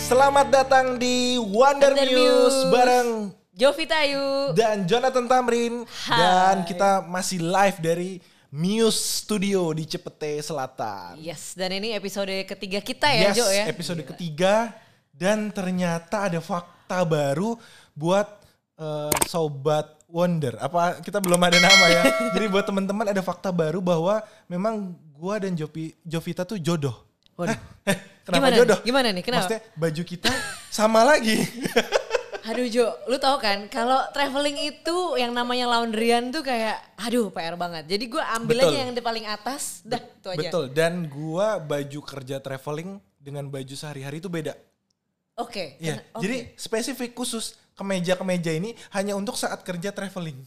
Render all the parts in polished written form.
Selamat datang di Wonder News bareng Jovita Ayu dan Jonathan Tamrin. Hai. Dan kita masih live dari Muse Studio di Cipete Selatan. Yes, dan ini episode ketiga kita ya, Jo ya. Episode ketiga. Dan ternyata ada fakta baru buat Sobat Wonder. Apa kita belum ada nama ya. Jadi buat teman-teman ada fakta baru bahwa memang gua dan Jovita tuh jodoh. Kenapa Gimana jodoh? Gimana nih? Kenapa? Maksudnya baju kita sama lagi. Aduh Jo, lu tau kan kalau traveling itu yang namanya laundryan tuh kayak aduh PR banget. Jadi gue ambil aja yang di paling atas, dah itu aja. Betul, dan gue baju kerja traveling dengan baju sehari-hari itu beda. Oke. Ya, jadi spesifik khusus kemeja-kemeja ini hanya untuk saat kerja traveling.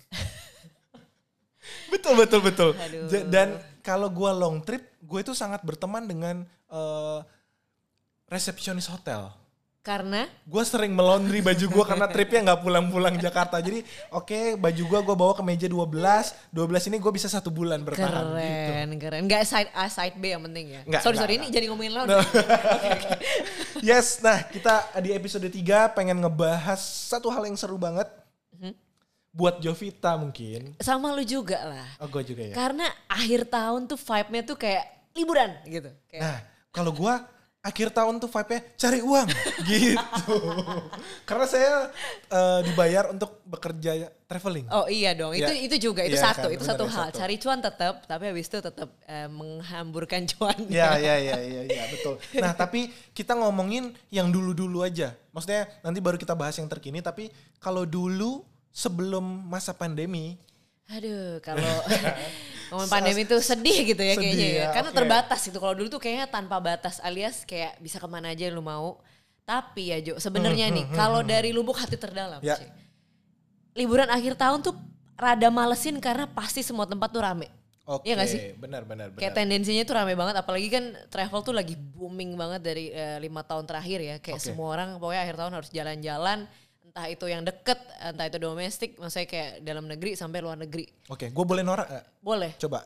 Betul. Dan kalau gue long trip, gue itu sangat berteman dengan resepsionis hotel. Karena? Gue sering melondri baju gue karena tripnya gak pulang-pulang Jakarta. Jadi baju gue bawa ke meja 12 ini gue bisa 1 bulan bertahan. Keren. Gak side A, side B yang penting ya? Sorry, ini jadi ngomongin laundry. Yes, nah kita di episode 3 pengen ngebahas satu hal yang seru banget. Buat Jovita mungkin. Sama lu juga lah. Oh gue juga ya. Karena akhir tahun tuh vibe-nya tuh kayak liburan gitu. Kayak. Nah kalau gue akhir tahun tuh vibe-nya cari uang gitu. Karena saya dibayar untuk bekerja traveling. Oh iya dong, itu juga, itu iya, satu, kan? itu satu hal. Satu. Cari cuan tetap, tapi habis itu tetap menghamburkan cuan. Iya, betul. Nah tapi kita ngomongin yang dulu-dulu aja. Maksudnya nanti baru kita bahas yang terkini, tapi kalau dulu sebelum masa pandemi. Aduh, kalau ngomongin pandemi itu sedih gitu ya kayaknya ya. Karena terbatas gitu. Kalau dulu tuh kayaknya tanpa batas alias kayak bisa kemana aja lu mau. Tapi ya Jo, sebenarnya nih kalau dari lubuk hati terdalam ya. sih. Liburan akhir tahun tuh rada malesin karena pasti semua tempat tuh rame. Oke, iya gak sih? Benar. Kayak tendensinya tuh rame banget. Apalagi kan travel tuh lagi booming banget dari 5 tahun terakhir ya. Kayak semua orang pokoknya akhir tahun harus jalan-jalan. Entah itu yang deket, entah itu domestik, maksudnya kayak dalam negeri sampai luar negeri. Oke, gue boleh norak gak? Boleh. Coba.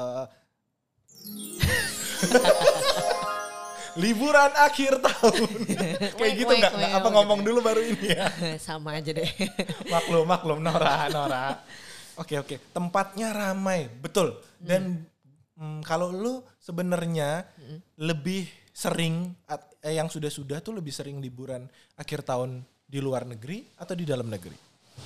Liburan akhir tahun. Kayak gitu gak? Apa ngomong dulu baru ini ya? Sama aja deh. Maklum, Nora. Oke. Tempatnya ramai, betul. Dan kalau lu sebenarnya lebih sering, yang sudah tuh lebih sering liburan akhir tahun di luar negeri atau di dalam negeri?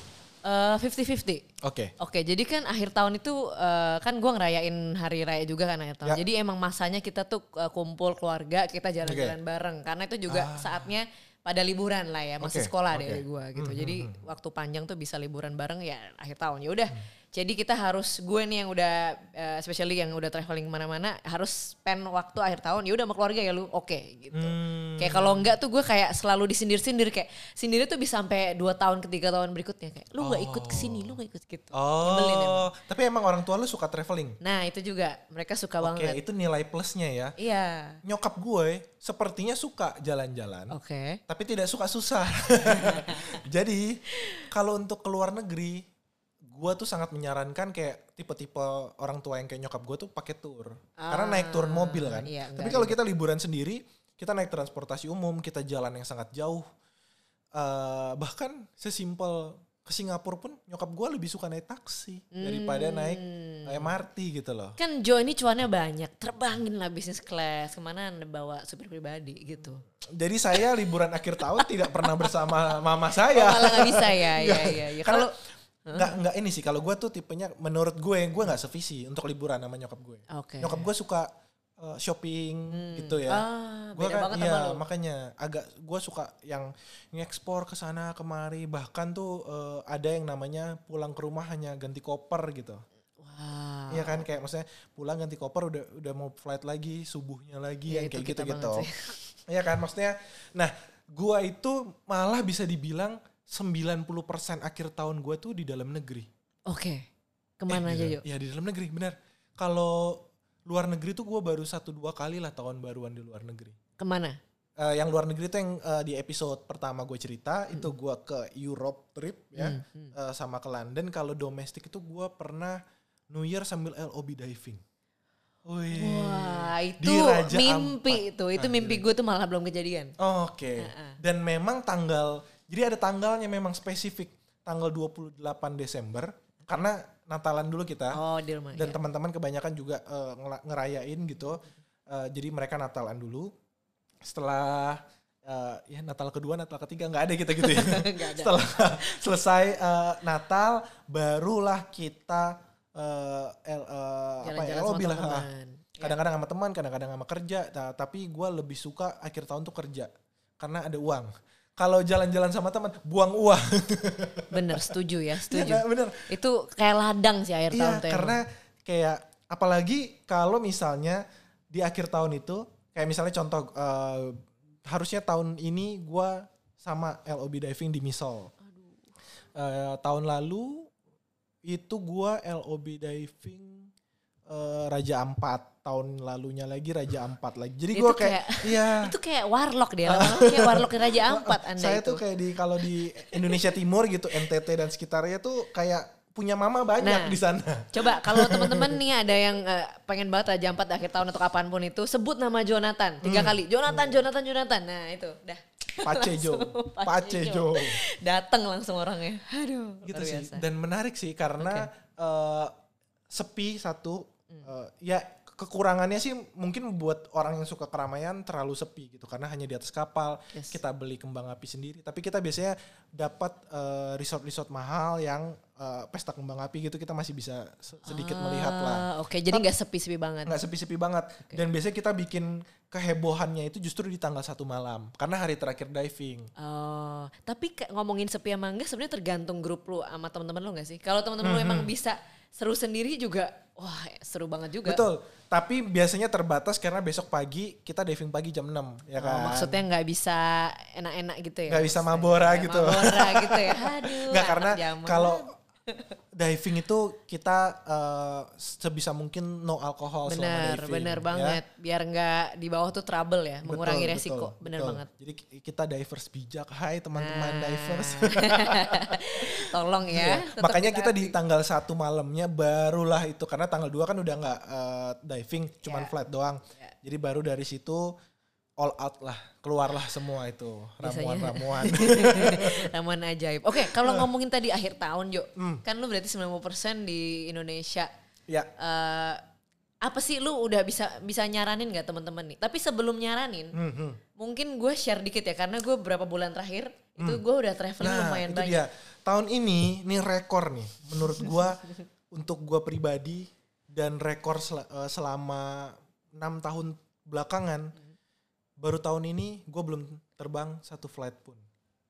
50-50. Oke, jadi kan akhir tahun itu kan gue ngerayain hari raya juga kan akhir tahun. Ya. Jadi emang masanya kita tuh kumpul keluarga, kita jalan-jalan bareng. Karena itu juga saatnya pada liburan lah ya, masih sekolah dari gue gitu. Jadi waktu panjang tuh bisa liburan bareng ya akhir tahun. Ya udah. Jadi kita harus, gue nih yang udah especially yang udah traveling kemana-mana harus spend waktu akhir tahun. Ya udah sama keluarga ya lu, oke gitu. Kayak kalau enggak tuh gue kayak selalu disindir-sindir kayak sindirnya tuh bisa sampai 2 tahun ke 3 tahun berikutnya kayak lu nggak ikut kesini, lu nggak ikut gitu. Nyebelin emang. Tapi emang orang tua lu suka traveling? Nah itu juga mereka suka banget. Oke, itu nilai plusnya ya. Iya. Nyokap gue sepertinya suka jalan-jalan. Oke. Tapi tidak suka susah. Jadi kalau untuk keluar negeri, gue tuh sangat menyarankan kayak tipe-tipe orang tua yang kayak nyokap gue tuh pakai tour. Karena naik tour mobil kan. Iya, tapi kalau kita liburan sendiri, kita naik transportasi umum, kita jalan yang sangat jauh. Bahkan sesimpel ke Singapura pun nyokap gue lebih suka naik taksi daripada naik MRT gitu loh. Kan Jo ini cuannya banyak, terbangin lah bisnis class, kemana anda bawa supir pribadi gitu. Jadi saya liburan akhir tahun tidak pernah bersama mama saya. Malah gak bisa ya. Kalau Nggak ini sih, kalau gue tuh tipenya menurut gue nggak sevisi untuk liburan sama nyokap gue. Nyokap gue suka shopping gitu ya. Gue beda kan banget iya sama lu. makanya agak gue suka yang ngekspor ke sana kemari, bahkan tuh ada yang namanya pulang ke rumah hanya ganti koper gitu. Wow. Iya kan, kayak maksudnya pulang ganti koper udah mau flight lagi, subuhnya lagi Ya, yang kayak kita gitu-gitu. banget sih. Iya kan, maksudnya nah gue itu malah bisa dibilang 90% akhir tahun gue tuh di dalam negeri. Oke. Kemana aja yuk? Ya di dalam negeri, benar. Kalau luar negeri tuh gue baru 1-2 kali lah tahun baruan di luar negeri. Kemana? Yang luar negeri tuh yang di episode pertama gue cerita, itu gue ke Europe trip ya, sama ke London. Kalau domestik itu gue pernah New Year sambil LOB diving. Wih. Wah itu Di Raja mimpi Ampat. itu mimpi gue tuh malah belum kejadian. Oke. Dan memang jadi ada tanggalnya memang spesifik. Tanggal 28 Desember. Karena Natalan dulu kita. Oh di rumah. Dan teman-teman kebanyakan juga ngerayain gitu. Jadi mereka Natalan dulu. Setelah ya Natal kedua, Natal ketiga nggak ada gitu-gitu ya. Nggak ada. Setelah selesai Natal, barulah kita Jalan-jalan LOB sama lah. teman. Kadang-kadang sama teman, kadang-kadang sama kerja. Nah, tapi gue lebih suka akhir tahun tuh kerja karena ada uang. Kalau jalan-jalan sama teman, buang uang. Bener, setuju ya, setuju. Iya, bener. Itu kayak ladang sih akhir tahun tuh. Karena kayak apalagi kalau misalnya di akhir tahun itu, kayak misalnya contoh, harusnya tahun ini gue sama LOB diving di Misol. Tahun lalu itu gue LOB diving Raja Ampat. Tahun lalunya lagi Raja Ampat lagi. Jadi gue kayak iya. Itu kayak warlock dia, lama-lama kayak warlock Raja Ampat Anda saya itu. tuh kayak kalau di Indonesia Timur gitu, NTT dan sekitarnya tuh kayak punya mama banyak di sana. Coba kalau teman-teman nih ada yang pengen banget Raja Ampat akhir tahun atau kapanpun itu, sebut nama Jonathan 3 kali. Jonathan. Nah itu dah. Pacejo. Datang langsung orangnya. Aduh, Gitu luar sih. biasa. Dan menarik sih karena sepi satu. Ya kekurangannya sih mungkin buat orang yang suka keramaian terlalu sepi gitu karena hanya di atas kapal. Kita beli kembang api sendiri, tapi kita biasanya dapat resort mahal yang pesta kembang api gitu, kita masih bisa sedikit melihat lah. Oke, jadi nggak sepi-sepi banget. Nggak sepi-sepi banget. Dan biasanya kita bikin kehebohannya itu justru di tanggal 1 malam karena hari terakhir diving. Oh, tapi ngomongin sepi sama enggak sebenarnya tergantung grup lu sama teman-teman lu nggak sih? Kalau teman-teman lu emang bisa seru sendiri juga, wah seru banget juga. Betul. Tapi biasanya terbatas karena besok pagi kita diving pagi jam 6 ya kan. Maksudnya nggak bisa enak-enak gitu ya? Nggak bisa mabora gitu. Mabora gitu ya. Aduh. Nggak, karena kalau diving itu kita sebisa mungkin no alkohol selama diving. Bener banget. Ya. Biar nggak di bawah tuh trouble ya, mengurangi resiko. Bener banget. Jadi kita divers bijak. Hai teman-teman divers. Tolong ya. Makanya kita di tanggal 1 malamnya barulah itu, karena tanggal 2 kan udah nggak diving, cuman flat doang. Jadi baru dari situ all out lah, keluarlah semua itu ramuan-ramuan. Ramuan ajaib. Oke, kalau ngomongin tadi akhir tahun Jo, kan lu berarti 90% di Indonesia. Ya. Apa sih lu udah bisa nyaranin gak teman-teman nih? Tapi sebelum nyaranin, mungkin gue share dikit ya, karena gue beberapa bulan terakhir itu gue udah traveling lumayan itu banyak. Dia. Tahun ini rekor nih menurut gue untuk gue pribadi, dan rekor selama 6 tahun belakangan. Baru tahun ini gue belum terbang 1 flight pun.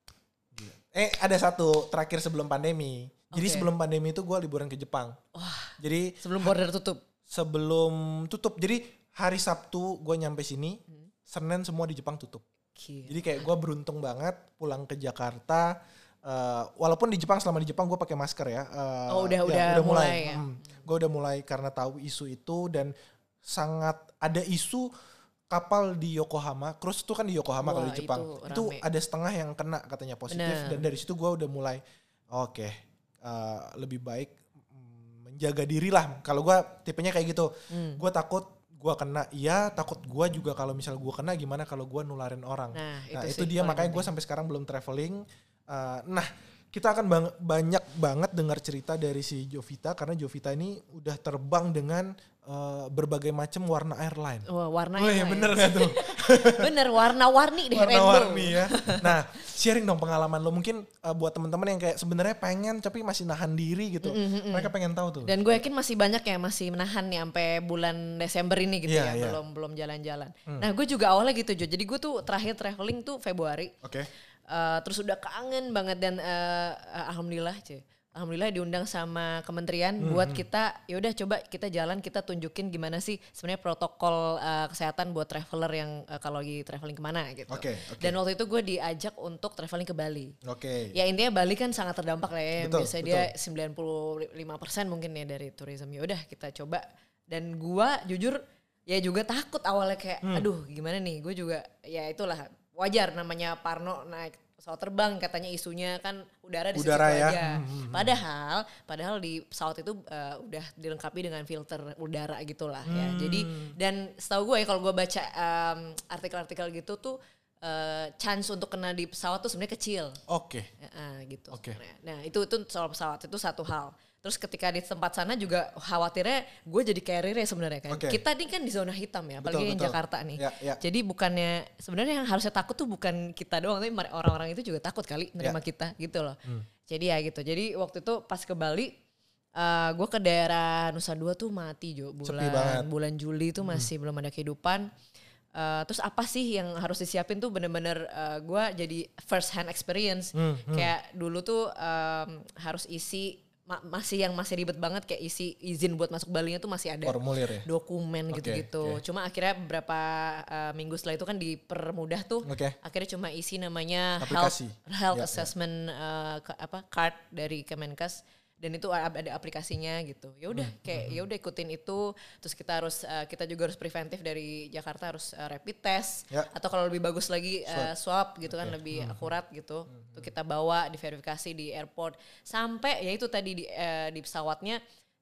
Ada 1 terakhir sebelum pandemi. Jadi sebelum pandemi itu gue liburan ke Jepang. Wah. Jadi sebelum border tutup. Sebelum tutup. Jadi hari Sabtu gue nyampe sini, Senin semua di Jepang tutup. Gila. Jadi kayak gue beruntung banget pulang ke Jakarta. Walaupun di Jepang, selama di Jepang gue pakai masker ya. Udah mulai ya. Gue udah mulai karena tahu isu itu, dan sangat ada isu kapal di Yokohama, cruise itu kan di Yokohama. Kalau di Jepang itu ada setengah yang kena katanya positif. Dan dari situ gue udah mulai lebih baik menjaga diri lah. Kalau gue tipenya kayak gitu, gue takut gue kena, takut gue juga kalau misal gue kena gimana kalau gue nularin orang. Nah itu dia makanya gue sampai sekarang belum traveling. Kita akan banyak banget dengar cerita dari si Jovita, karena Jovita ini udah terbang dengan berbagai macam warna airline. Wah, warna airline. Bener gak tuh? Bener, warna-warni deh. Warna-warni ya. Nah, sharing dong pengalaman lo. Mungkin buat teman-teman yang kayak sebenarnya pengen tapi masih nahan diri gitu. Mereka pengen tahu tuh. Dan gue yakin masih banyak yang masih menahan nih sampai bulan Desember ini gitu belum jalan-jalan. Nah, gue juga awalnya gitu Jo. Jadi gue tuh terakhir traveling tuh Februari. Oke. Terus udah kangen banget, dan alhamdulillah diundang sama kementerian buat kita, yaudah coba kita jalan, kita tunjukin gimana sih sebenarnya protokol kesehatan buat traveler yang kalau lagi traveling kemana gitu. Dan waktu itu gue diajak untuk traveling ke Bali. Ya intinya Bali kan sangat terdampak lah ya. Biasanya dia 95% mungkin ya dari tourism. Ya udah kita coba. Dan gue jujur ya juga takut awalnya kayak aduh gimana nih, gue juga ya itulah wajar namanya Parno naik pesawat terbang, katanya isunya kan udara di situ ya. aja. Padahal di pesawat itu udah dilengkapi dengan filter udara gitulah ya. Jadi dan setahu gue ya kalau gue baca artikel-artikel gitu tuh chance untuk kena di pesawat tuh sebenarnya kecil. Oke. Gitu. Nah, itu soal pesawat itu satu hal. Terus ketika di tempat sana juga khawatirnya gue jadi carrier ya sebenarnya kan. Kita ini kan di zona hitam ya, apalagi yang Jakarta nih. Jadi bukannya sebenarnya yang harusnya takut tuh bukan kita doang, tapi orang-orang itu juga takut kali nerima kita gitu loh. Jadi ya gitu. Jadi waktu itu pas ke Bali gue ke daerah Nusa Dua tuh mati Jo, bulan Juli tuh masih belum ada kehidupan. Terus apa sih yang harus disiapin tuh bener-bener gue jadi first hand experience. Kayak dulu tuh harus isi masih ribet banget kayak isi izin buat masuk Balinya tuh masih ada formulir ya? Dokumen gitu-gitu. Cuma akhirnya beberapa minggu setelah itu kan dipermudah tuh. Akhirnya cuma isi namanya health assessment card dari Kemenkes. Dan itu ada aplikasinya gitu. Ya udah kayak ya udah ikutin itu. Terus kita juga harus preventif dari Jakarta, harus rapid test atau kalau lebih bagus lagi swab gitu kan, lebih akurat gitu. Tuh kita bawa diverifikasi di airport sampai ya itu tadi di pesawatnya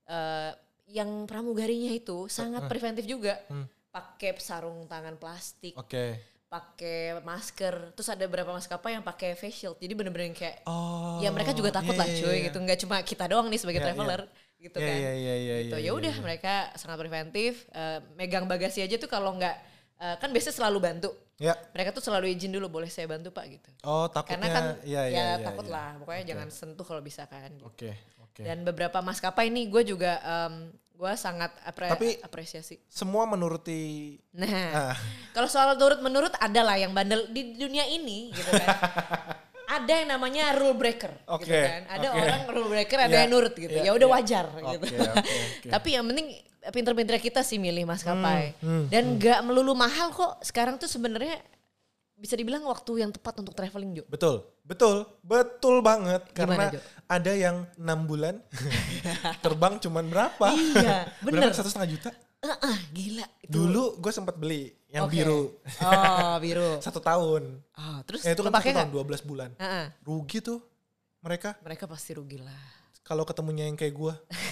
yang pramugarinya itu sangat preventif juga. Pakai sarung tangan plastik. Pakai masker, terus ada beberapa maskapai yang pakai face shield, jadi bener-bener kayak ya mereka juga takut lah cuy gitu, nggak cuma kita doang nih sebagai traveler gitu kan. Gitu. Ya udah mereka sangat preventif, megang bagasi aja tuh kalau nggak kan biasanya selalu bantu. Mereka tuh selalu izin dulu, boleh saya bantu Pak gitu. Takutnya. Karena kan takut lah, pokoknya jangan sentuh kalau bisa kan. Gitu. Dan beberapa maskapai nih gue juga gue sangat apresiasi. Semua menuruti. Nah, kalau soal menurut ada lah yang bandel di dunia ini gitu kan. Ada yang namanya rule breaker gitu kan. Ada orang rule breaker, ada yang nurut gitu. Ya udah wajar gitu. Tapi yang penting pinter-pinter kita sih milih maskapai. Dan gak melulu mahal kok. Sekarang tuh sebenarnya bisa dibilang waktu yang tepat untuk traveling Jo. Betul banget. Karena ada yang 6 bulan terbang cuman berapa? Iya, bener. 1,5 juta? Gila. Dulu gue sempat beli yang biru. Biru. 1 tahun. Terus itu kan 1 tahun 12 bulan. Rugi tuh mereka. Mereka pasti rugi lah. Kalau ketemunya yang kayak gue.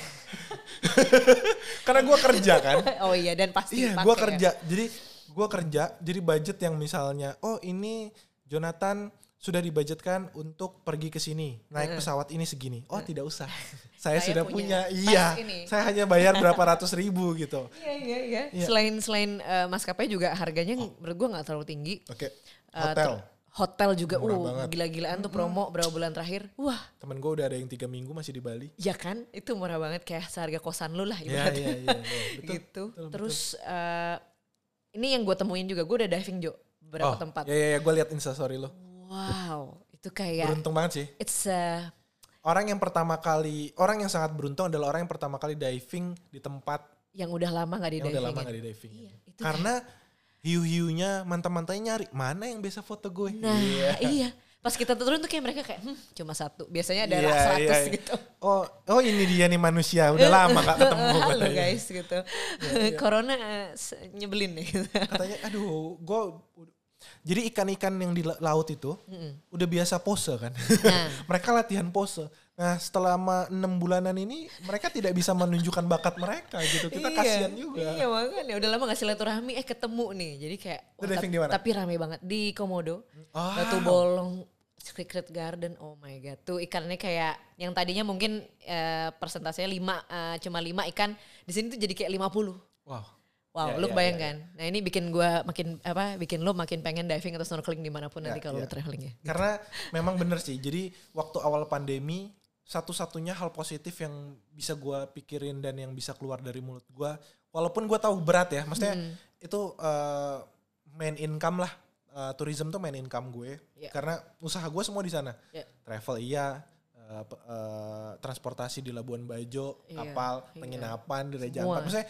Karena gue kerja kan. Oh iya, dan pasti dipakai. Iya, gue kerja. Gue kerja, jadi budget yang misalnya, ini Jonathan sudah dibudgetkan untuk pergi ke sini, naik pesawat ini segini. Tidak usah. Saya sudah punya. Iya. Saya hanya bayar berapa ratus ribu gitu. Iya. Selain maskapai juga harganya menurut gue nggak terlalu tinggi. Hotel juga gila-gilaan tuh promo berapa bulan terakhir. Wah. Temen gue udah ada yang 3 minggu masih di Bali. Iya kan? Itu murah banget, kayak seharga kosan lu lah ibaratnya. Iya. Gitu. Terus ini yang gue temuin juga, gue udah diving Jo beberapa tempat. Iya, gue liat instastory lo. Wow, itu kayak beruntung banget sih. Orang yang sangat beruntung adalah orang yang pertama kali diving di tempat yang udah lama gak di diving. Iya, karena hiu-hiunya mantan-mantannya nyari mana yang bisa foto gue. Nah, iya. Pas kita turun tuh kayak mereka kayak cuma 1. Biasanya ada 100 gitu. Oh ini dia nih manusia. Udah lama gak ketemu. Halo guys gitu. Corona nyebelin nih. Katanya jadi ikan-ikan yang di laut itu udah biasa pose kan. Mereka latihan pose. Nah selama 6 bulanan ini mereka tidak bisa menunjukkan bakat mereka gitu. Kita kasihan juga. Iya makanya udah lama gak silaturahmi ketemu nih. Jadi kayak tapi rame banget di Komodo. Batu Bolong, Secret Garden, oh my god. Tuh ikannya kayak yang tadinya mungkin persentasenya cuma 5 ikan, di sini tuh jadi kayak 50. Wow, lu bayangkan. Nah ini bikin lu makin pengen diving atau snorkeling dimanapun nanti kalau lu traveling ya. Karena memang bener sih. Jadi waktu awal pandemi satu-satunya hal positif yang bisa gue pikirin dan yang bisa keluar dari mulut gue, walaupun gue tahu berat ya, maksudnya itu main income lah. Tourism tuh main income gue karena usaha gue semua di sana. Travel transportasi di Labuan Bajo, kapal, penginapan di Raja Ampat. Maksudnya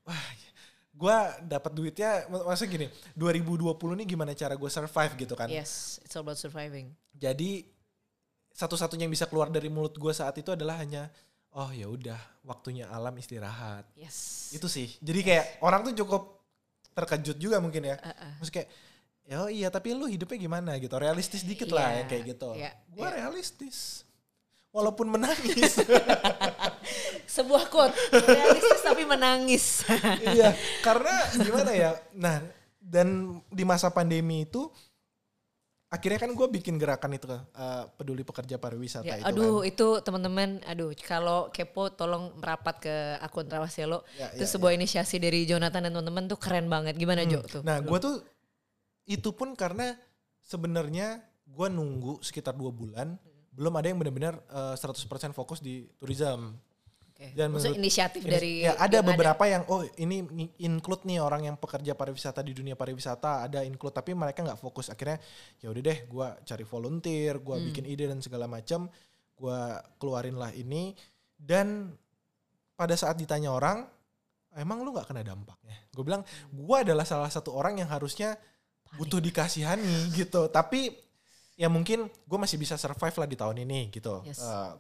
gue dapat duitnya, maksudnya gini, 2020 nih gimana cara gue survive gitu kan. Yes, it's all about surviving. Jadi satu-satunya yang bisa keluar dari mulut gue saat itu adalah hanya ya udah waktunya alam istirahat. Yes. Itu sih. Jadi kayak orang tuh cukup terkejut juga mungkin ya. Maksudnya kayak oh iya tapi lu hidupnya gimana gitu, realistis dikit lah yang kayak gitu. Gue realistis walaupun menangis. Sebuah quote, realistis tapi menangis. Iya, karena gimana ya, nah dan di masa pandemi itu akhirnya kan gue bikin gerakan itu peduli pekerja pariwisata ya, itu aduh kan. itu teman-teman, kalau kepo tolong merapat ke akun Trawaselo. Itu ya, sebuah inisiasi dari Jonathan dan teman-teman tuh keren banget. Gimana Jo tuh? Nah gue tuh itu pun karena sebenarnya gue nunggu sekitar 2 bulan belum ada yang benar-benar 100% fokus di tourism. Dan maksudnya inisiatif dari ya ada beberapa yang ini include nih orang yang pekerja pariwisata di dunia pariwisata, ada include tapi mereka nggak fokus. Akhirnya ya udah deh gue cari volunteer, gue bikin ide dan segala macam, gue keluarin lah ini. Dan pada saat ditanya orang, emang lu nggak kena dampaknya? Gue bilang gue adalah salah satu orang yang harusnya butuh dikasihani gitu, tapi ya mungkin gue masih bisa survive lah di tahun ini gitu. Yes.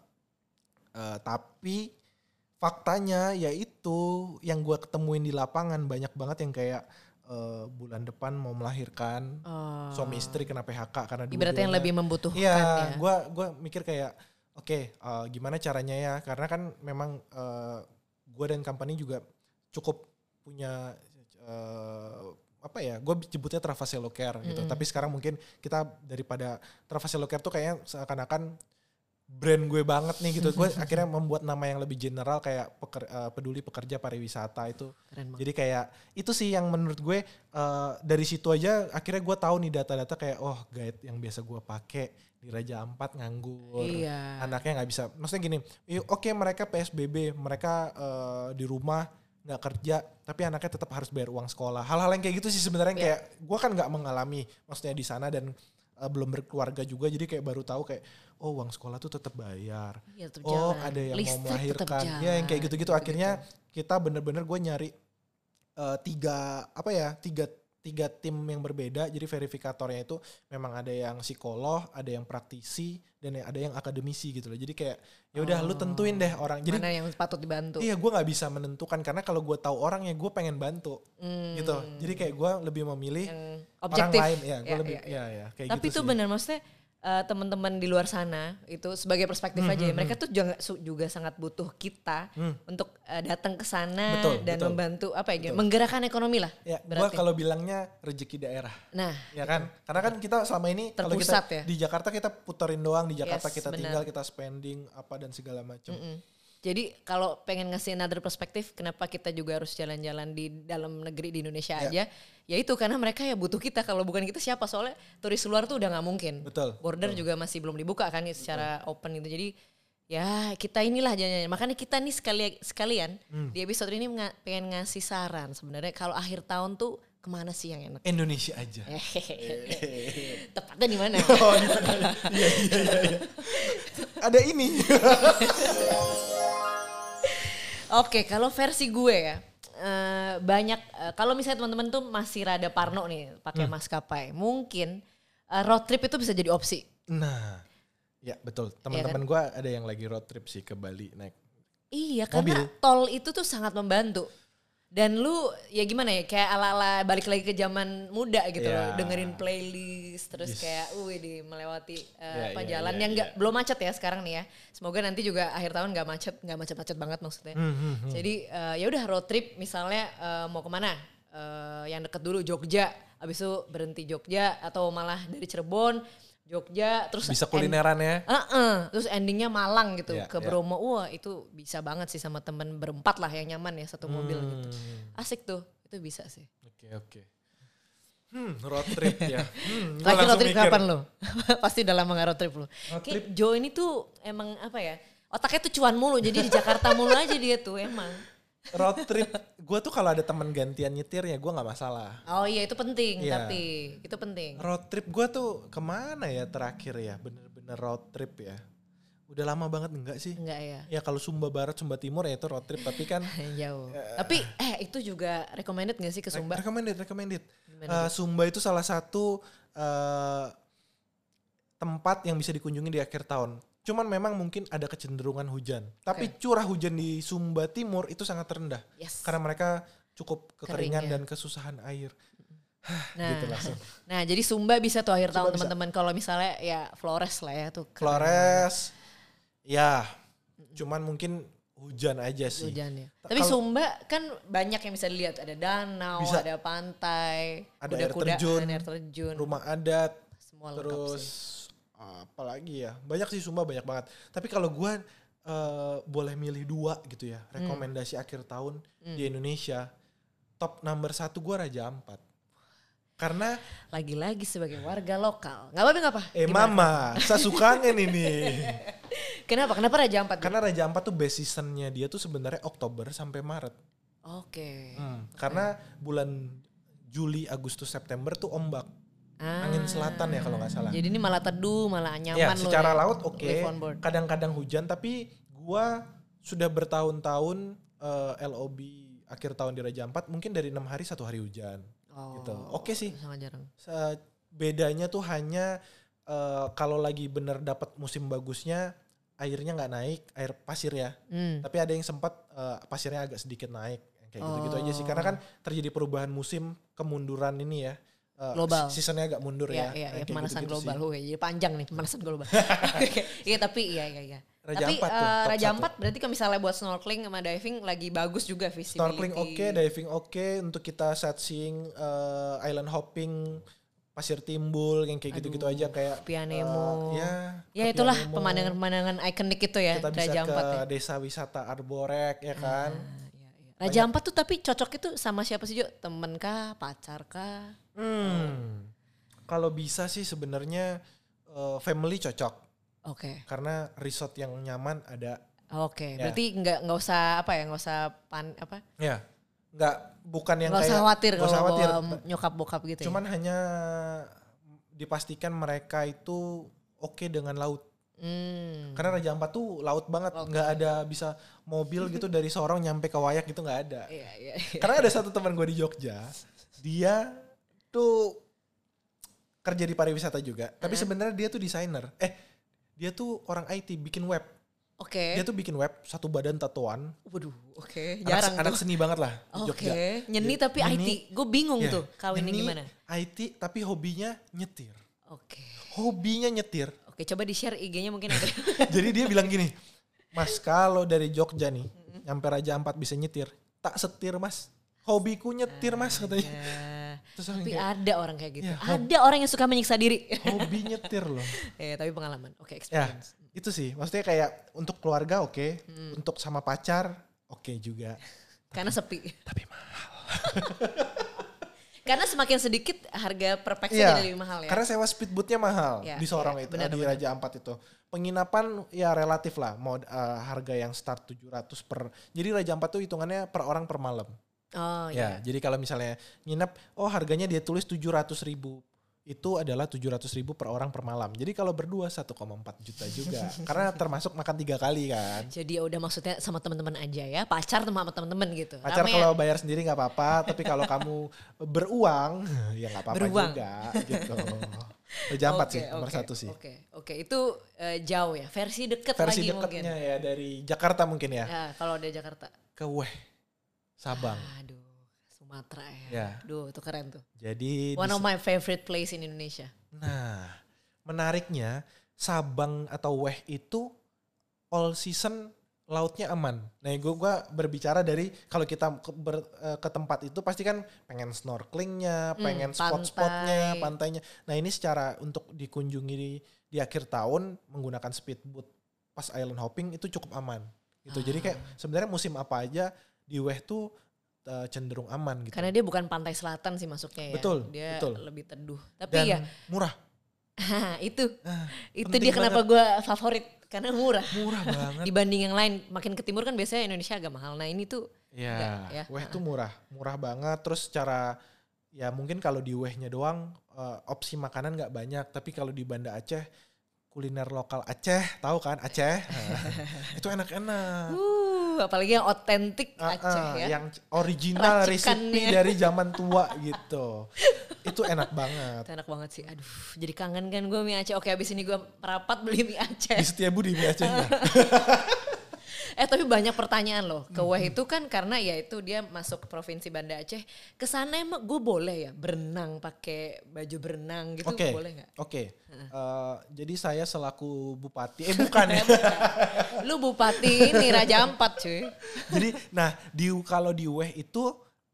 Tapi faktanya yaitu yang gue ketemuin di lapangan banyak banget yang kayak bulan depan mau melahirkan, suami istri kena PHK karena ibaratnya yang lebih membutuhkan. Iya, gue mikir kayak oke, gimana caranya ya, karena kan memang gue dan company juga cukup punya gue sebutnya Trawaselo Care gitu. Tapi sekarang mungkin kita daripada Trawaselo Care tuh kayaknya seakan-akan brand gue banget nih gitu. Gue akhirnya membuat nama yang lebih general kayak peduli pekerja pariwisata itu. Jadi kayak itu sih yang menurut gue dari situ aja akhirnya gue tahu nih data-data kayak guide yang biasa gue pakai di Raja Ampat nganggur. Iya. Anaknya nggak bisa. Maksudnya gini, oke, mereka PSBB, mereka di rumah nggak kerja, tapi anaknya tetap harus bayar uang sekolah. Hal-hal yang kayak gitu sih sebenarnya kayak gue kan nggak mengalami maksudnya di sana dan belum berkeluarga juga, jadi kayak baru tahu kayak uang sekolah tuh tetap bayar. Ya, jalan. Ada yang listrik mau melahirkan, ya yang kayak gitu-gitu. Akhirnya kita bener-bener gue nyari tiga tim yang berbeda. Jadi verifikatornya itu memang ada yang psikolog, ada yang praktisi, dan ada yang akademisi gitu loh. Jadi kayak ya udah lu tentuin deh orang. Jadi mana yang patut dibantu? Iya, gue nggak bisa menentukan karena kalau gue tahu orangnya gue pengen bantu gitu. Jadi kayak gue lebih memilih yang objektif. Orang lain ya. Gue lebih kayak tapi gitu itu benar, maksudnya teman-teman di luar sana itu sebagai perspektif aja ya, mereka tuh juga sangat butuh kita untuk datang ke sana dan membantu menggerakkan ekonomi lah. Ya, gue kalau bilangnya rezeki daerah. Nah, ya kan, karena kan kita selama ini kalau kita di Jakarta kita puterin doang, di Jakarta kita tinggal, kita spending apa dan segala macam. Jadi kalau pengen ngasih another perspektif, kenapa kita juga harus jalan-jalan di dalam negeri di Indonesia aja? Ya itu karena mereka ya butuh kita. Kalau bukan kita siapa? Soalnya turis luar tuh udah nggak mungkin. Border juga masih belum dibuka kan secara open gitu. Jadi ya kita inilah jalan-jalan. Makanya kita nih sekalian di episode ini pengen ngasih saran sebenarnya kalau akhir tahun tuh kemana sih yang enak? Indonesia aja. Tepatnya di mana? Iya. Ada ini. Oke, kalau versi gue ya banyak. Kalau misalnya teman-teman tuh masih rada parno nih pakai maskapai, mungkin road trip itu bisa jadi opsi. Nah, ya betul. Teman-teman gue ada yang lagi road trip sih ke Bali naik. Iya, karena tol itu tuh sangat membantu. Dan lu ya gimana ya, kayak ala-ala balik lagi ke zaman muda gitu loh, dengerin playlist terus kayak melewati jalan yang belum macet ya sekarang nih ya. Semoga nanti juga akhir tahun nggak macet banget maksudnya. Jadi ya udah road trip misalnya mau kemana? Yang deket dulu Jogja, abis itu berhenti Jogja atau malah dari Cirebon Jogja, terus bisa kulineran ya. Terus endingnya Malang gitu ke Bromo. Wah itu bisa banget sih sama temen berempat lah yang nyaman ya satu mobil gitu. Asik tuh, itu bisa sih. Oke. Road trip ya. Lagi road trip kapan lo? Pasti udah lama gak road trip lo. Kayak Joe ini tuh emang apa ya, otaknya tuh cuan mulu, jadi di Jakarta mulu aja dia tuh emang. Road trip, gue tuh kalau ada teman gantian nyetirnya gue nggak masalah. Oh iya itu penting, tapi itu penting. Road trip gue tuh kemana ya terakhir ya, bener-bener road trip ya. Udah lama banget enggak sih? Enggak ya. Ya kalau Sumba Barat, Sumba Timur ya itu road trip, tapi kan jauh. Tapi itu juga recommended gak sih ke Sumba? Recommended. Sumba itu salah satu tempat yang bisa dikunjungi di akhir tahun. Cuman memang mungkin ada kecenderungan hujan. Tapi curah hujan di Sumba Timur itu sangat rendah. Karena mereka cukup kekeringan dan kesusahan air. Nah, gitu langsung. nah jadi Sumba bisa tuh akhir tahun Sumba bisa. teman-teman. Kalau misalnya ya Flores lah ya tuh. Flores, ya cuman mungkin hujan aja sih. Hujan ya. Tapi Sumba kan banyak yang bisa dilihat. Ada danau, Bisa. ada pantai, Ada air terjun, rumah adat, semua lengkap terus sih. apalagi ya, banyak sih Sumba, banyak banget. Tapi kalau gue boleh milih 2 gitu ya, rekomendasi akhir tahun di Indonesia, top number 1 gue Raja Ampat. Karena Lagi-lagi sebagai warga lokal. Gak apa-apa. mama, saya suka ini. Kenapa Raja Ampat? Karena Raja Ampat tuh best seasonnya dia tuh sebenarnya Oktober sampai Maret. Oke. Karena bulan Juli, Agustus, September tuh ombak. Angin selatan ya kalau nggak salah. Jadi ini malah teduh, malah nyaman Ya, loh. secara ya. laut oke. Live on board. Kadang-kadang hujan, tapi gua sudah bertahun-tahun LOB akhir tahun di Raja Ampat, mungkin dari 6 hari 1 hari hujan. Gitu. Oke sih. Sangat jarang. Bedanya tuh hanya kalau lagi bener dapat musim bagusnya, airnya nggak naik, air pasir ya. Tapi ada yang sempat pasirnya agak sedikit naik. Kayak gitu-gitu aja sih. Karena kan terjadi perubahan musim, kemunduran ini ya. Global. Seasonnya agak mundur ya. Iya, pemanasan global. Jadi panjang nih pemanasan global. Iya, tapi iya. Raja Tapi Ampat tuh, top Raja 1. Ampat berarti kalau misalnya buat snorkeling sama diving lagi bagus juga visibility. Snorkeling oke, diving oke, untuk kita sightseeing, island hopping, pasir timbul, yang kayak gitu-gitu aja kayak Pianemo. ya Itulah Pianemo. pemandangan-pemandangan ikonik itu ya. Kita bisa Raja Ampat ke ya. desa wisata Arborek ya kan. Raja Ampat tuh tapi cocok itu sama siapa sih Jo? Temen kah, pacar kah? Kalau bisa sih sebenarnya family cocok. Oke. Karena resort yang nyaman ada. Oke, Ya. berarti nggak usah Ya, bukan yang nggak usah kayak khawatir nggak usah kalau khawatir. nyokap bokap gitu ya. Cuman hanya dipastikan mereka itu oke dengan laut. Karena Raja Ampat tuh laut banget, nggak ada bisa mobil gitu dari Sorong nyampe ke Wayak gitu, nggak ada. Iya. Karena ada satu teman gue di Jogja, dia tuh kerja di pariwisata juga, tapi sebenarnya dia tuh desainer. Dia tuh orang IT, bikin web. Oke. Dia tuh bikin web, satu badan tatoan. Waduh, oke. Jarang Anak tuh. seni banget lah di Jogja. Oke, nyeni tapi IT. Gue bingung Ya, tuh kawinnya nyeni, gimana. IT tapi hobinya nyetir. Oke. Hobinya nyetir. Oke, coba di-share IG-nya mungkin ada. Jadi dia bilang gini, Mas kalau dari Jogja nih, nyampe Raja Ampat bisa nyetir, tak setir Mas. Hobiku nyetir Mas katanya. Terus Tapi kayak, ada orang kayak gitu. Ya, Ada orang yang suka menyiksa diri. hobi nyetir loh. Tapi pengalaman. Oke, Ya, experience. itu sih. Maksudnya kayak untuk keluarga oke, untuk sama pacar oke juga. Karena sepi. Tapi mahal. Karena semakin sedikit harga per pax Iya, jadi lebih mahal ya. karena sewa speedboatnya mahal Ya, di Sorong ya, itu, benar, di benar. Raja Ampat itu. Penginapan ya relatif lah, mau harga yang start 700 per. Jadi Raja Ampat tuh hitungannya per orang per malam. Oh Ya, iya. jadi kalau misalnya nginep, harganya dia tulis 700.000. Itu adalah 700.000 per orang per malam. Jadi kalau berdua 1,4 juta juga. Karena termasuk makan 3 kali kan. Jadi ya udah maksudnya sama teman-teman aja ya. Pacar sama teman-teman gitu. Pacar Rame kalau ya? bayar sendiri nggak apa-apa, tapi kalau kamu beruang ya nggak apa-apa Beruang. juga gitu. Raja Ampat sih nomor 1 sih. Oke. Itu jauh ya. Versi deket Versi lagi mungkin. dekatnya ya dari Jakarta mungkin ya. Ya, kalau dari Jakarta. Ke Sabang. Aduh, Sumatera ya. Ya. Duh, itu keren tuh. Jadi One of my favorite place in Indonesia. nah, menariknya Sabang atau Weh itu all season lautnya aman. Nah, gue berbicara dari kalau kita ke tempat itu pasti kan pengen snorkelingnya, pengen spot-spotnya, pantainya. Nah, ini secara untuk dikunjungi di akhir tahun menggunakan speedboat pas island hopping itu cukup aman. Gitu. Jadi kayak sebenarnya musim apa aja di Weh tuh cenderung aman gitu. Karena dia bukan pantai selatan sih masuknya ya. Betul, Dia betul. lebih teduh. Tapi Dan ya murah. itu penting dia kenapa gue favorit. Karena murah. Murah banget. Dibanding yang lain. Makin ke timur kan biasanya Indonesia agak mahal. Nah ini tuh Ya, ya. Weh tuh murah banget. Terus secara ya mungkin kalau di Wehnya doang opsi makanan nggak banyak. Tapi kalau di Banda Aceh kuliner lokal Aceh, tahu kan Aceh? Itu enak-enak. Apalagi yang otentik Aceh ya. Yang original Racikannya. resipi dari zaman tua gitu. Itu enak banget. Itu enak banget sih. Aduh, jadi kangen kan gue mie Aceh. Oke, abis ini gue merapat beli mie Aceh. Di Setiabudi mie Acehnya. Tapi banyak pertanyaan loh. Ke Weh itu kan karena ya itu dia masuk provinsi Banda Aceh. Kesana emang gue boleh ya berenang pakai baju berenang gitu, boleh nggak? Jadi saya selaku bupati, bukan ya. Lu bupati ini Raja Ampat cuy. Jadi kalau di Weh itu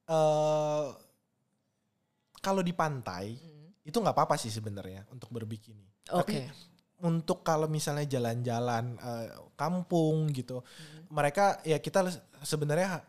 kalau di pantai itu nggak apa-apa sih sebenarnya untuk berbikini. Tapi untuk kalau misalnya jalan-jalan kampung gitu, mereka ya kita sebenarnya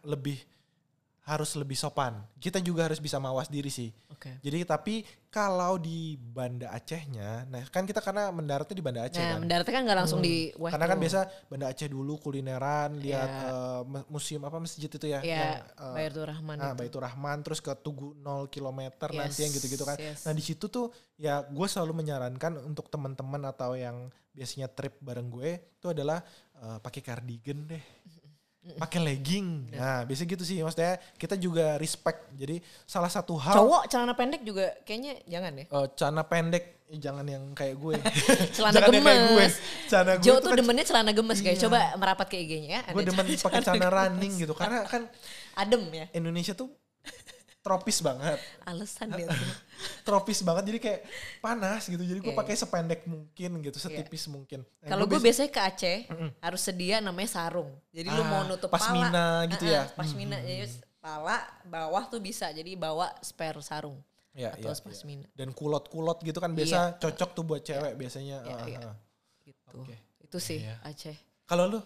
harus lebih sopan. Kita juga harus bisa mawas diri sih. Jadi tapi kalau di Banda Acehnya, nah kan kita karena mendaratnya di Banda Aceh kan. Mendaratnya kan nggak langsung di Weh. Karena kan biasa Banda Aceh dulu kulineran, lihat museum masjid itu ya. Yang Baitur Rahman. Baitur Rahman, terus ke Tugu 0 km nanti yang gitu-gitu kan. Nah di situ tuh ya gue selalu menyarankan untuk teman-teman atau yang biasanya trip bareng gue itu adalah pakai cardigan deh. Pakai legging. Nah, biasa gitu sih. Maksudnya kita juga respect. Jadi salah satu hal. Cowok celana pendek juga kayaknya jangan ya. Celana pendek jangan yang kayak gue. Celana gemes. Celana gue Jo tuh demennya celana gemes guys. Coba merapat ke IG-nya ya. Gue demen pakai celana running gitu. Karena kan adem ya. Indonesia tuh tropis banget. Alasan dia tuh. Tropis banget jadi kayak panas gitu. Jadi gue pakai sependek mungkin gitu, setipis mungkin. Kalau gue biasanya ke Aceh harus sedia namanya sarung. Jadi lu mau nutup pasmina pala, gitu ya. Pasmina jadi pala bawah tuh bisa. Jadi bawa spare sarung. Atau pasmina. Dan kulot-kulot gitu kan biasa cocok tuh buat cewek biasanya. Gitu. Itu sih Aceh. Kalau lu?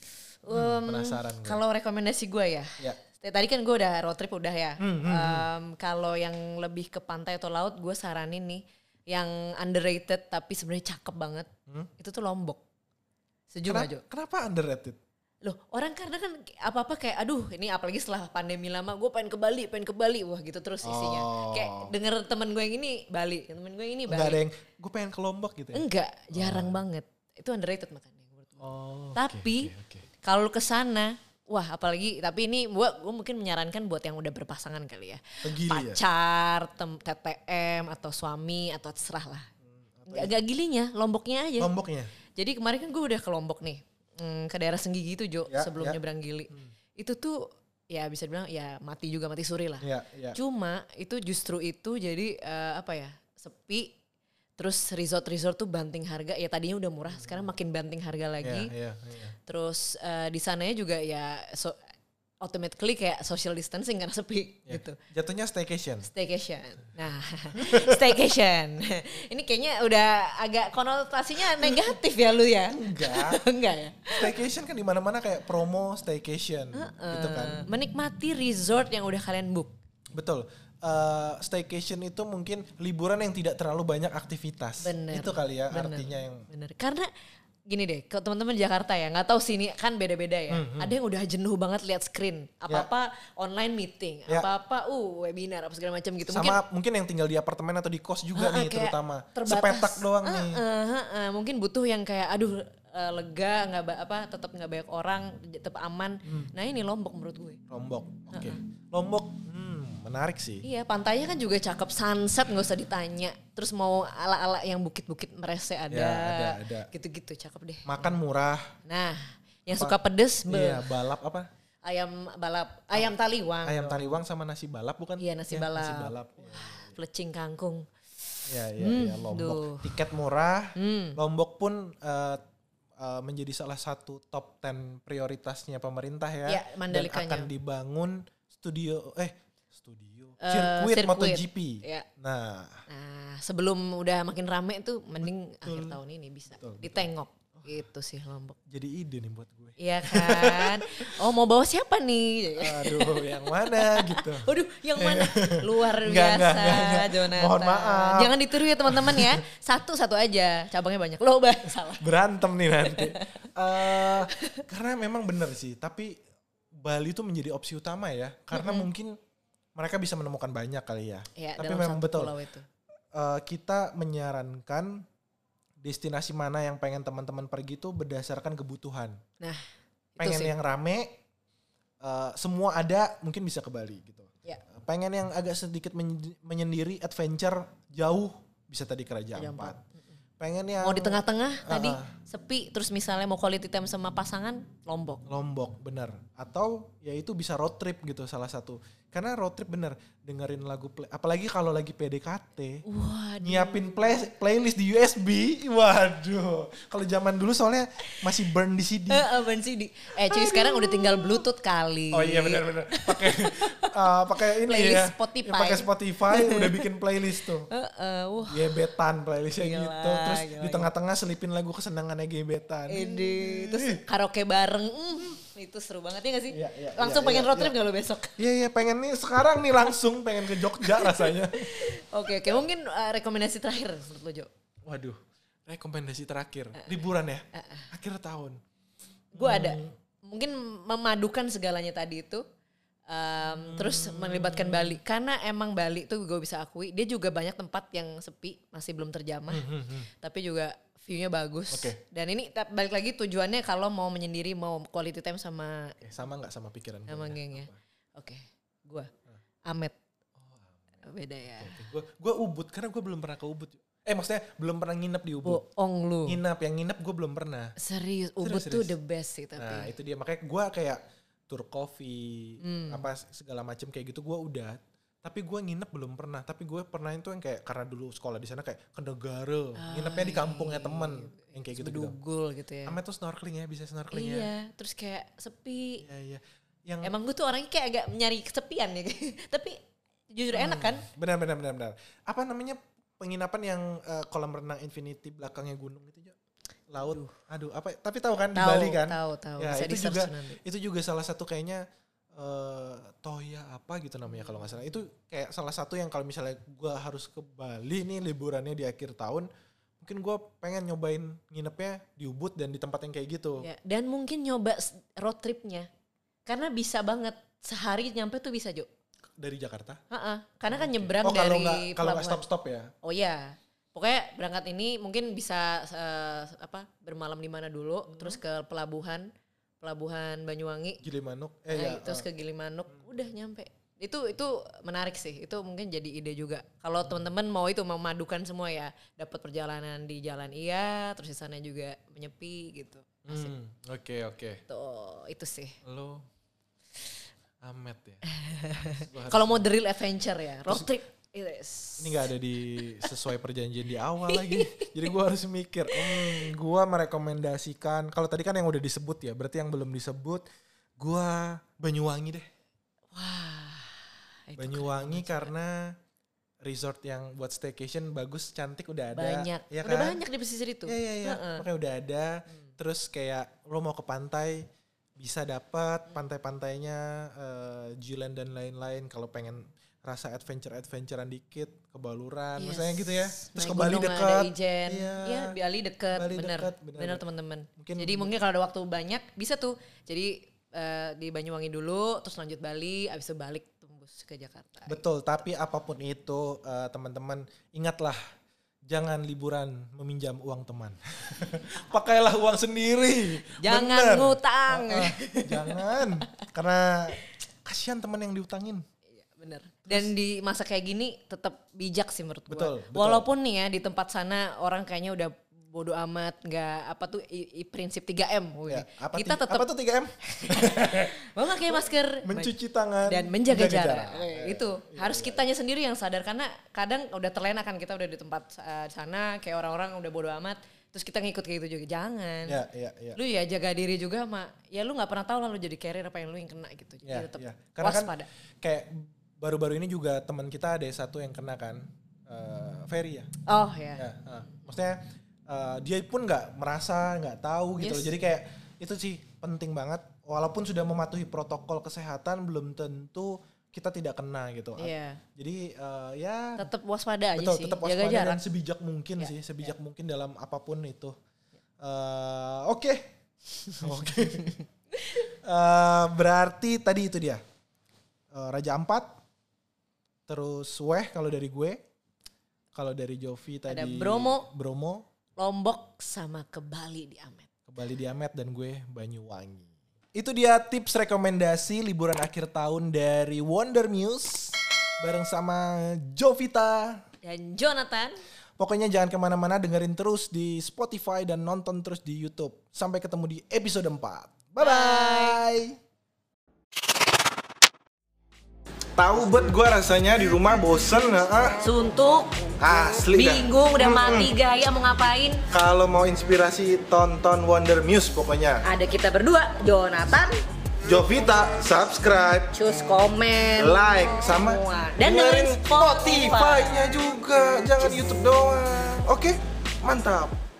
Penasaran gue. Kalau rekomendasi gue ya. Tadi kan gue udah road trip udah ya. Kalau yang lebih ke pantai atau laut gue saranin nih. Yang underrated tapi sebenarnya cakep banget. Itu tuh Lombok. Setuju gak Jo? Kenapa underrated? Loh orang karena kan apa-apa kayak aduh ini apalagi setelah pandemi lama gue pengen ke Bali. Wah gitu terus isinya. Kayak denger temen gue yang ini Bali. Temen gue yang ini Bali. Enggak ada yang gue pengen ke Lombok gitu ya? Enggak, jarang banget. Itu underrated makanya menurut gue. Tapi kalau ke sana wah apalagi tapi ini gue mungkin menyarankan buat yang udah berpasangan kali ya. Pacar, TTM atau suami atau terserah lah. Gak gilinya, Lomboknya aja. Lomboknya? Jadi kemarin kan gue udah ke Lombok nih. Ke daerah Senggigi itu Jo sebelum nyebrang Gili. Itu tuh ya bisa dibilang ya mati suri lah. Cuma itu justru itu jadi sepi. Terus resort tuh banting harga ya tadinya udah murah sekarang makin banting harga lagi. Terus di sananya juga ya automatically kayak social distancing karena sepi gitu. Jatuhnya staycation. Nah, staycation. Ini kayaknya udah agak konotasinya negatif ya lu ya? Enggak ya. Staycation kan di mana-mana kayak promo staycation gitu kan. Menikmati resort yang udah kalian book. Betul. Staycation itu mungkin liburan yang tidak terlalu banyak aktivitas. Itu kali ya artinya yang. Bener. Karena gini deh, ke teman-teman di Jakarta ya, nggak tahu sini kan beda-beda ya. Ada yang udah jenuh banget lihat screen, apa-apa online meeting, apa-apa webinar apa segala macam gitu. Sama mungkin yang tinggal di apartemen atau di kos juga nih terutama. Sepetak doang nih. Mungkin butuh yang kayak lega, tetap nggak banyak orang, tetap aman. Nah ini Lombok menurut gue. Lombok, oke. Lombok, menarik sih. Iya, pantainya kan juga cakep, sunset nggak usah ditanya. Terus mau ala-ala yang bukit-bukit Merese ada. Gitu-gitu, cakep deh. Makan murah. Nah, yang suka pedes. Iya, balap apa? Ayam taliwang. Ayam taliwang sama nasi balap bukan? Iya, nasi balap. Nasi balap. Plecing kangkung. Iya, Lombok. Tiket murah. Lombok pun menjadi salah satu top 10 prioritasnya pemerintah ya. Dan akan dibangun sirkuit MotoGP. Ya. Nah, sebelum udah makin rame tuh mending akhir tahun ini bisa ditengok. Gitu sih Lombok. Jadi ide nih buat gue. Iya kan. Mau bawa siapa nih? Aduh, yang mana gitu. Waduh, yang mana? Luar biasa, enggak. Jonathan. Mohon maaf. Jangan ditiru ya teman-teman ya. Satu aja, cabangnya banyak. Loh, salah. Berantem nih nanti. Karena memang benar sih, tapi Bali itu menjadi opsi utama ya. Karena mungkin mereka bisa menemukan banyak kali ya. Tapi memang betul. Kita menyarankan destinasi mana yang pengen teman-teman pergi tuh berdasarkan kebutuhan. Nah, pengen yang rame, semua ada, mungkin bisa ke Bali gitu. Pengen yang agak sedikit menyendiri, adventure, jauh, bisa tadi ke Raja Ampat. pengen yang mau di tengah-tengah tadi sepi, terus misalnya mau quality time sama pasangan, Lombok bener. Atau ya itu bisa road trip gitu salah satu. Karena road trip bener dengerin lagu apalagi kalau lagi PDKT. Waduh. Nyiapin playlist di USB. Waduh. Kalau zaman dulu soalnya masih burn di CD. Burn CD. Cuy sekarang udah tinggal Bluetooth kali. Oh iya benar. Pakai ini playlist ya. Spotify. Pakai Spotify udah bikin playlist tuh. Gebetan playlistnya gitu. Terus di tengah-tengah selipin lagu kesenangannya gebetan. Terus karaoke bareng. Itu seru banget ya gak sih? Iya, langsung pengen road trip gak lo besok? Iya pengen nih sekarang nih langsung pengen ke Jogja rasanya. Oke mungkin rekomendasi terakhir menurut lo Jo? Waduh, rekomendasi terakhir liburan ya akhir tahun. Gue ada mungkin memadukan segalanya tadi itu. Terus melibatkan Bali karena emang Bali tuh gue bisa akui dia juga banyak tempat yang sepi masih belum terjamah tapi juga view-nya bagus. Dan ini balik lagi tujuannya kalau mau menyendiri mau quality time sama sama nggak sama pikiran sama gengnya. Gue Amet. Beda ya. Gue Ubud karena gue belum pernah ke Ubud. Maksudnya belum pernah nginep di Ubud. Boong lu. Nginep gue belum pernah. Serius Ubud tuh the best sih tapi. Nah itu dia makanya gue kayak tur coffee apa segala macam kayak gitu gue udah. Tapi gue nginep belum pernah. Tapi gue pernah itu yang kayak karena dulu sekolah di sana kayak ke negara. Nginepnya di kampungnya temen. Yang kayak gitu-gitu. Dugul gitu ya. Sama tuh snorkeling ya, bisa snorkeling ya. Iya, terus kayak sepi. Iya. Emang gue tuh orangnya kayak agak nyari kesepian ya. Tapi jujur enak kan. Benar. Apa namanya penginapan yang kolam renang infinity belakangnya gunung itu ya? Laut. Aduh, apa? Tapi tahu kan di Bali kan? Tahu. Ya, Bisa itu juga salah satu kayaknya Toya apa gitu namanya kalau nggak salah. Itu kayak salah satu yang kalau misalnya gue harus ke Bali nih liburannya di akhir tahun, mungkin gue pengen nyobain nginepnya di Ubud dan di tempat yang kayak gitu. Ya, dan mungkin nyoba road tripnya, karena bisa banget sehari nyampe tuh bisa Jo. Dari Jakarta? Karena kan nyebrang dari kalau nggak stop ya. Oh iya. Pokoknya berangkat ini mungkin bisa bermalam di mana dulu, terus ke pelabuhan Banyuwangi, Gilimanuk, terus ke Gilimanuk, udah nyampe. Itu menarik sih. Itu mungkin jadi ide juga. Kalau teman-teman mau memadukan semua ya, dapat perjalanan di jalan terus di sana juga menyepi gitu. Asik. Oke. Tuh, itu sih. Lo Amet ya. Kalau mau the real adventure ya, road trip. Ini gak ada sesuai perjanjian di awal lagi. Jadi gue harus mikir. Gue merekomendasikan. Kalau tadi kan yang udah disebut ya. Berarti yang belum disebut. Gue Banyuwangi deh. Wah. Banyuwangi karena resort yang buat staycation bagus, cantik udah ada. Banyak. Ya udah kan? banyak di pesisir itu. Iya. Makanya udah ada. Terus kayak lo mau ke pantai. Bisa dapat pantai-pantainya. Jilen dan lain-lain. Kalau pengen rasa adventure-adventurean dikit ke Baluran, misalnya gitu ya. Terus ke Bali dekat. Iya, Bali dekat. Bener teman-teman. Jadi mungkin kalau ada waktu banyak bisa tuh. Jadi di Banyuwangi dulu, terus lanjut Bali, abis itu balik tembus ke Jakarta. Betul, tapi apapun itu teman-teman ingatlah jangan liburan meminjam uang teman. Pakailah uang sendiri. Jangan ngutang. Jangan, karena kasihan teman yang diutangin. Bener. Dan di masa kayak gini tetap bijak sih menurut gue. Betul. Walaupun nih ya di tempat sana orang kayaknya udah bodo amat, nggak prinsip 3M. Ya, kita tetap apa tuh 3M? memakai masker, mencuci tangan dan menjaga jarak. Itu harus kitanya sendiri yang sadar karena kadang udah terlena kan kita udah di tempat sana kayak orang-orang udah bodo amat. Terus kita ngikut kayak gitu juga, jangan. Ya. Lu ya jaga diri juga ya lu nggak pernah tahu lah lu jadi carrier apa yang lu yang kena gitu. Jadi tetap waspada. Kan kayak baru-baru ini juga teman kita ada satu yang kena kan, Ferry ya. Oh ya. Maksudnya dia pun nggak merasa, nggak tahu gitu. Jadi kayak itu sih penting banget. Walaupun sudah mematuhi protokol kesehatan, belum tentu kita tidak kena gitu. Iya. Jadi tetap waspada aja sih. Tetap waspada dan sebijak mungkin sih, sebijak mungkin dalam apapun itu. Oke. Berarti tadi itu dia. Raja Ampat. Terus kalau dari gue. Kalau dari Jovi tadi. Ada Bromo. Lombok sama ke Bali di Amet. Ke Bali di Amet dan gue Banyuwangi. Itu dia tips rekomendasi liburan akhir tahun dari Wonder Muse. Bareng sama Jovita. Dan Jonathan. Pokoknya jangan kemana-mana, dengerin terus di Spotify dan nonton terus di YouTube. Sampai ketemu di episode 4. Bye-bye. Tahu bet gue rasanya di rumah bosen. Suntuk. Asli dah. Bingung, udah mati gaya mau ngapain. Kalau mau inspirasi tonton Wonder Muse pokoknya. Ada kita berdua, Jonathan, Jovita, subscribe, cus komen, like, sama dan dengerin Spotify-nya juga. Jangan YouTube doang. Oke, mantap.